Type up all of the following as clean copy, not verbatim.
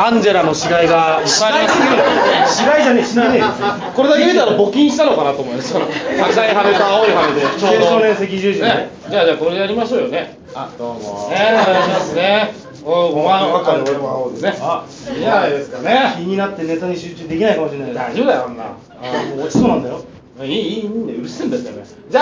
アンジェラの死骸がいっぱいあります死骸じゃねえ、死んでねえよ。 これだけ見たら募金したのかなと思います。その赤い羽と青い羽でちょうど少年赤十字ね。 じゃあこれやりましょうよね。 あ、どうも。 お願いしますね。お前赤で俺も青ですね。いいじゃないですかね。 気になってネタに集中できないかもしれない。 大丈夫だよ、あんな。 もう落ちそうなんだよ。 いいんだよ、うるせえんだよ、じゃ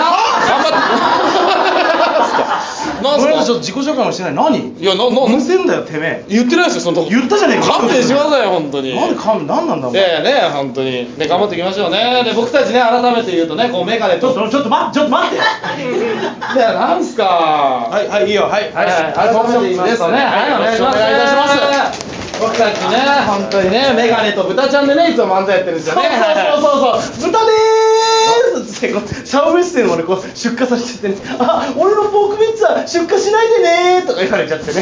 あなんすかちょっと自己紹介もしてない。何？ いや、 うるせえんだよ、てめえ。 言ってないですよ、そんなこと。 言ったじゃねえか。 勘弁してくださいよ、本当に。 なんなんだお前。 いやいやね、本当に。ね、頑張っていきましょうね。で、僕たちね、改めて言うとね、こう、メガネと。 ちょっと待って。 いや、なんすか。 はい、いいよ、はい。 改めて言いますとね、はい、お願いします。お願いいたします。僕たちね、本当にね、メガネと豚ちゃんでね、いつも漫才やってるんですよね。 そう、豚でーすってこうシャウエッセンをねこう出荷させてね、あ、俺のポークビッツは出荷しないでねーとか言われちゃってね。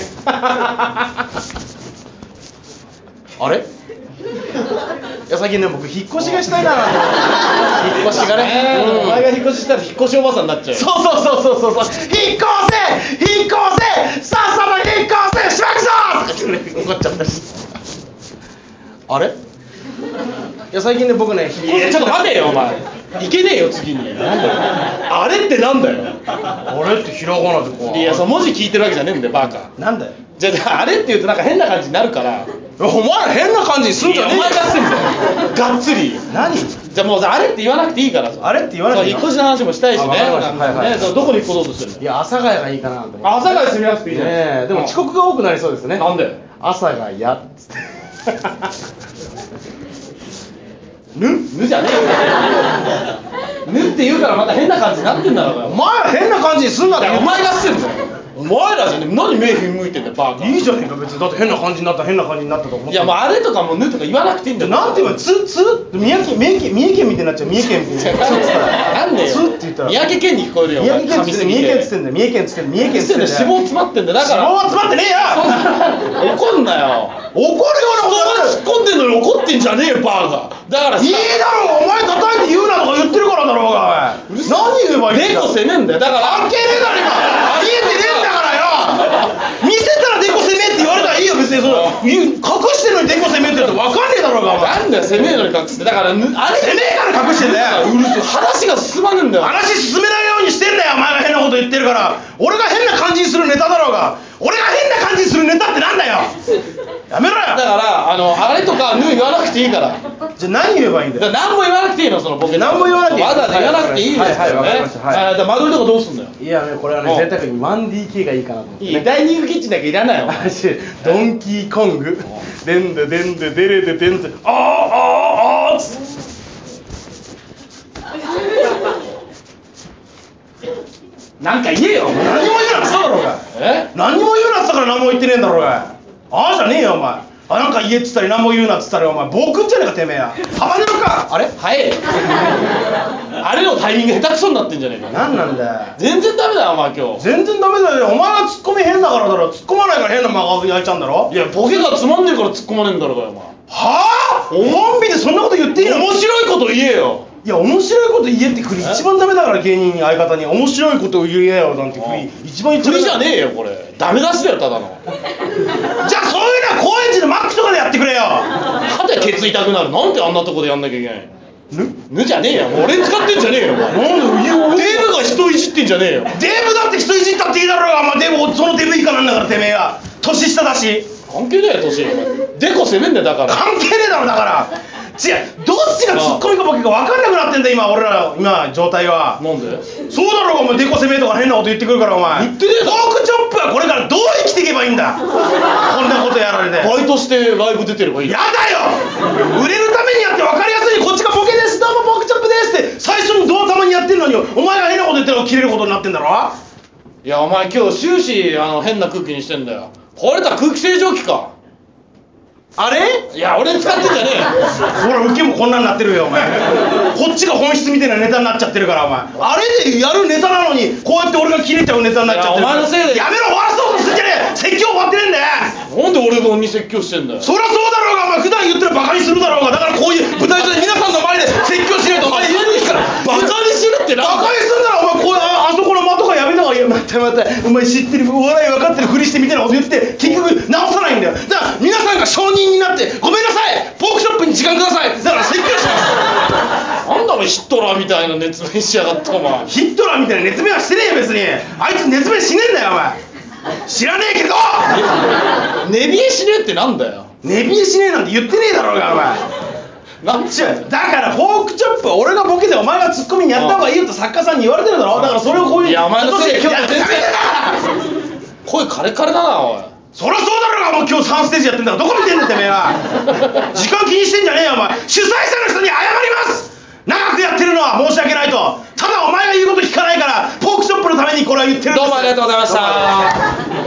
あれ？いや最近ね僕引っ越しがしたいなと思って。引っ越しがね、 お前が引っ越ししたら引っ越しおばさんになっちゃうよ。 そう引っ越せさっさと引っ越せしばくぞとか言ってね怒っちゃったし。あれ？いや最近ね僕ねいやちょっと待てよお前。いけねえよ次に。あれってなんだよ。 あれってひらがなでこう。 いやその文字聞いてるわけじゃねえんだよバカ。 なんだよ。 じゃああれって言うとなんか変な感じになるから。 お前ら変な感じにすんじゃねえよ。 お前がすんだよ。がっつり。 何？ じゃあもうあれって言わなくていいから。 あれって言わなくていいの？ 引っ越しの話もしたいしね。 はい。 どこに引っ越そうとしてるの？ いや阿佐ヶ谷がいいかなと思って。 阿佐ヶ谷住みやすくいいじゃん。 ねえでも遅刻が多くなりそうですね。 なんで？ 朝がやっつって。 ぬじゃねえよ。ぬって言うからまた変な感じになってんだろうが。 お前ら変な感じにすんなって。 お前がすんだよ。お前らじゃねえ。何目ひんむいてんだよバカ。 いいじゃねえか別に。だって変な感じになったと思って。 いやもうあれとかもぬとか言わなくていいんだよ。 なんて言うの？三重県みたいになっちゃう。三重県みたいな。 なんでよ。 つって言ったら三宅県に聞こえるよ。 三重県っつってんだよ。三重県っつってんだよ。 脂肪詰まってんだよ。だから脂肪は詰まってねえよ。 怒んなよ。 怒るようなこと突っ込んでんのに怒ってんじゃねえよバカ。だからさ。 いいだろうお前叩いて言うなとか言ってるからだろうが。何言えばいいんだよ。 デコ攻めんだよ。だから関係ねえだろ今。見えてねえんだからよ。見せたらデコ攻めって言われたらいいよ別に。その隠してるのにデコ攻めって言うと分かんねえだろうが。 なんだよ攻めえのに隠して。だからあれ攻めえから隠してんだよ。 うるせえ。話が進まねえんだよ。 話進めないようにしてんだよお前が変なこと言ってるから。俺が変な感じにするネタだろうが。俺が変な感じにするネタってなんだよ。やめろよ。 だからあれとか言わなくていいから。 じゃあ何言えばいいんだよ。 何も言わなくていいのそのボケ。何も言わなくていい。わざわざ言わなくていいですよね。 はいわかりました。 じゃあ間取りとかどうすんだよ。 いやねこれはね贅沢に 1DK がいいかなと思って。 いいダイニングキッチンだけいらないよ。 ドンキーコングでんででんででれででんであなんか言えよ。 何も言うなって言っただろうが。何も言うなって言ったから何も言ってねえんだろうが。ああじゃねえよお前。なんか言えって言ったり何も言うなって言ったらお前暴君じゃねえかてめえや。ハバネロか。あれ早え。あれのタイミング下手くそになってんじゃねえか。 何なんだよ。 全然ダメだよお前今日。 全然ダメだよ。お前がツッコミ変だからだろ。ツッコまないから変な真顔焼いちゃうんだろ。 いやボケがつまんねえから突っ込まねえんだろうがよお前。 はぁ？コンビでそんなこと言っていいの？ 面白いこと言えよ。 いや面白いこと言えって振り一番ダメだから芸人に相方に面白いことを言えよなんて振り一番言っちゃ振りじゃねえよこれ。ダメ出しだよただの。 じゃあそういうのは高円寺のマックとかでやってくれよ。 肩ケツ痛くなる。なんであんなとこでやんなきゃいけない。ぬじゃねえよ。俺に使ってんじゃねえよお前。なんでデブが人いじってんじゃねえよ。 デブだって人いじったっていいだろうが。デブそのデブ以下なんだからてめえが年下だし。 関係ねえよ年。デコ攻めんだよだから。 関係ねえだろだから。違うどっちがツッコミかボケか分かんなくなってんだ今俺ら今状態は。 なんで？ そうだろうがお前デコ攻めとか変なこと言ってくるからお前。 言ってねえだろ。 ポークチョップはこれからどう生きていけばいいんだ。こんなことやられて。 バイトしてライブ出てればいい。 やだよ。売れるためにやって分かりやすいこっちがボケですどうもポークチョップですって最初にドア玉にやってるのにお前が変なこと言ってるのを切れることになってんだろ。 いやお前今日終始変な空気にしてんだよ。これだ空気清浄機か。 あれ？ いや俺に使ってんじゃねえよ。 ほら受けもこんなになってるよお前。こっちが本質みたいなネタになっちゃってるからお前。あれでやるネタなのにこうやって俺が切れちゃうネタになっちゃってる。 お前のせいで。 やめろ終わらそうとするんじゃねえ。説教終わってねえんだよ。 なんで俺が鬼説教してんだよ。 そりゃそうだろうがお前普段言ってるバカにするだろうが。だからこういう舞台上で皆さんの前で説教しないとお前言えねえから。 バカにするってなんだ。 バカにするならお前こうあそこの間とかやめながらまたお前知ってるお笑い分かってるふりしてみたいなこと言って結局直さないんだよ。だから皆さんが証人になってごめんなさいポークショップに時間ください。だから説教しますなんだお前ヒットラーみたいな熱弁しやがってお前。 ヒットラーみたいな熱弁はしてねえよ別に。あいつ熱弁しねえんだよお前。知らねえけど寝冷えしねえってなんだよ。 寝冷えしねえなんて言ってねえだろうがお前。 なんちゅうだからフォークチョップは俺がボケてお前がツッコミにやった方がいいよって作家さんに言われてるだろ。だからそれをこういういやお前のせいで今日やってんだから声カレカレだなおい。 そりゃそうだろうがもう今日3ステージやってんだからどこ見てんだてめえは時間気にしてんじゃねえよお前。主催者の人に謝ります。長くやってるのは申し訳ないと。ただお前が言うこと聞かないからポークショップのためにこれは言ってるんです。 どうもありがとうございました。